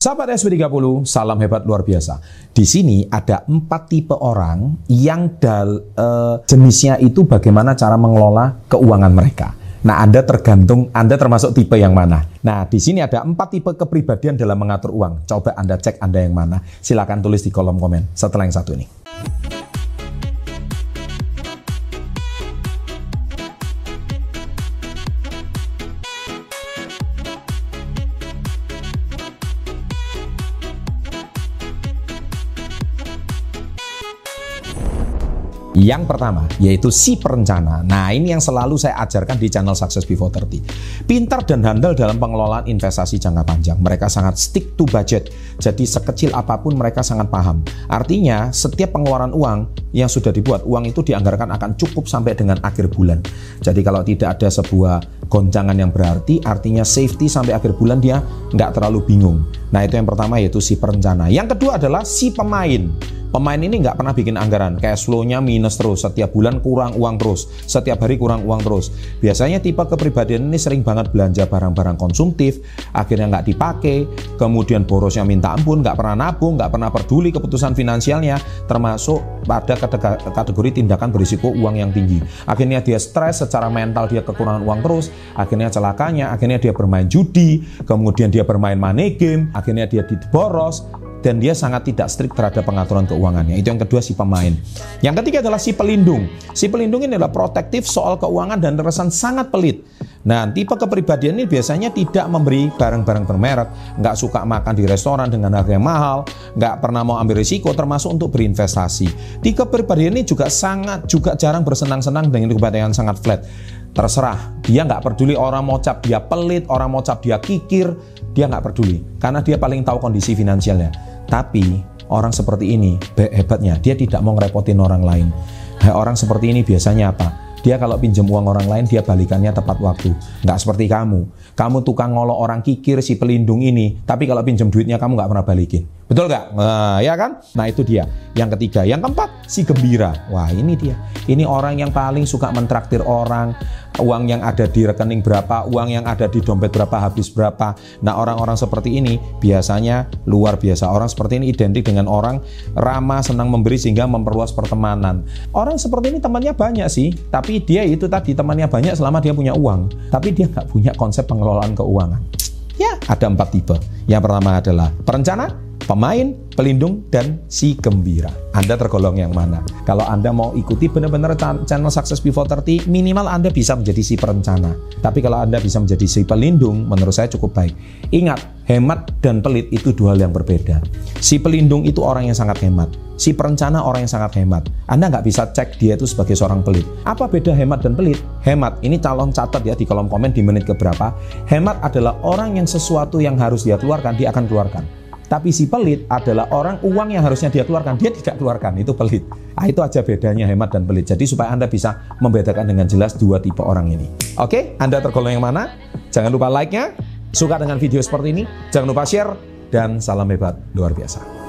Sahabat SV30, salam hebat luar biasa. Di sini ada 4 tipe orang yang jenisnya itu bagaimana cara mengelola keuangan mereka. Nah, Anda termasuk tipe yang mana? Nah, di sini ada 4 tipe kepribadian dalam mengatur uang. Coba Anda cek Anda yang mana. Silakan tulis di kolom komen setelah yang satu ini. Yang pertama, yaitu si perencana. Nah, ini yang selalu saya ajarkan di channel Success Before 30. Pintar dan handal dalam pengelolaan investasi jangka panjang. Mereka sangat stick to budget. Jadi sekecil apapun mereka sangat paham. Artinya, setiap pengeluaran uang yang sudah dibuat, uang itu dianggarkan akan cukup sampai dengan akhir bulan. Jadi kalau tidak ada sebuah goncangan yang berarti, artinya safety sampai akhir bulan dia nggak terlalu bingung. Nah, itu yang pertama, yaitu si perencana. Yang kedua adalah si pemain. Pemain ini nggak pernah bikin anggaran, cash flow-nya minus terus, setiap bulan kurang uang terus, setiap hari kurang uang terus. Biasanya tipe kepribadian ini sering banget belanja barang-barang konsumtif, akhirnya nggak dipakai, kemudian borosnya minta ampun, nggak pernah nabung, nggak pernah peduli keputusan finansialnya, termasuk pada kategori tindakan berisiko uang yang tinggi. Akhirnya dia stres, secara mental dia kekurangan uang terus, akhirnya celakanya, akhirnya dia bermain judi, kemudian dia bermain money game, akhirnya dia diboros, dan dia sangat tidak strict terhadap pengaturan keuangannya. Itu yang kedua, si pemain. Yang ketiga adalah si pelindung. Si pelindung ini adalah protektif soal keuangan dan terkesan sangat pelit. Nah, tipe kepribadian ini biasanya tidak memberi barang-barang bermerek, nggak suka makan di restoran dengan harga yang mahal, nggak pernah mau ambil risiko, termasuk untuk berinvestasi. Tipe kepribadian ini juga jarang bersenang-senang dengan kepribadian sangat flat. Terserah, dia nggak peduli orang mau cap dia pelit, orang mau cap dia kikir, dia nggak peduli, karena dia paling tahu kondisi finansialnya. Tapi orang seperti ini hebatnya, dia tidak mau ngerepotin orang lain. Orang seperti ini biasanya apa? Dia kalau pinjam uang orang lain, dia balikannya tepat waktu. Nggak seperti kamu. Kamu tukang ngolok orang kikir, si pelindung ini, tapi kalau pinjam duitnya kamu nggak pernah balikin. Betul nggak? Nah, ya kan? Nah, itu dia. Yang ketiga. Yang keempat, si gembira. Wah, ini dia. Ini orang yang paling suka mentraktir orang. Uang yang ada di rekening berapa, uang yang ada di dompet berapa, habis berapa. Nah, orang-orang seperti ini biasanya luar biasa. Orang seperti ini identik dengan orang ramah, senang memberi sehingga memperluas pertemanan. Orang seperti ini temannya banyak sih, tapi dia itu tadi temannya banyak selama dia punya uang. Tapi dia nggak punya konsep pengelolaan keuangan. Ya, ada 4 tipe. Yang pertama adalah perencana, pemain, pelindung, dan si gembira. Anda tergolong yang mana? Kalau Anda mau ikuti benar-benar channel Success Before 30, minimal Anda bisa menjadi si perencana. Tapi kalau Anda bisa menjadi si pelindung, menurut saya cukup baik. Ingat, hemat dan pelit itu 2 hal yang berbeda. Si pelindung itu orang yang sangat hemat. Si perencana orang yang sangat hemat. Anda nggak bisa cek dia itu sebagai seorang pelit. Apa beda hemat dan pelit? Hemat, ini calon catat ya di kolom komen di menit keberapa. Hemat adalah orang yang sesuatu yang harus dia keluarkan, dia akan keluarkan. Tapi si pelit adalah orang uang yang harusnya dia keluarkan, dia tidak keluarkan, itu pelit. Nah, itu aja bedanya hemat dan pelit. Jadi supaya Anda bisa membedakan dengan jelas 2 tipe orang ini. Oke, Anda tergolong yang mana? Jangan lupa like-nya, suka dengan video seperti ini, jangan lupa share, dan salam hebat luar biasa.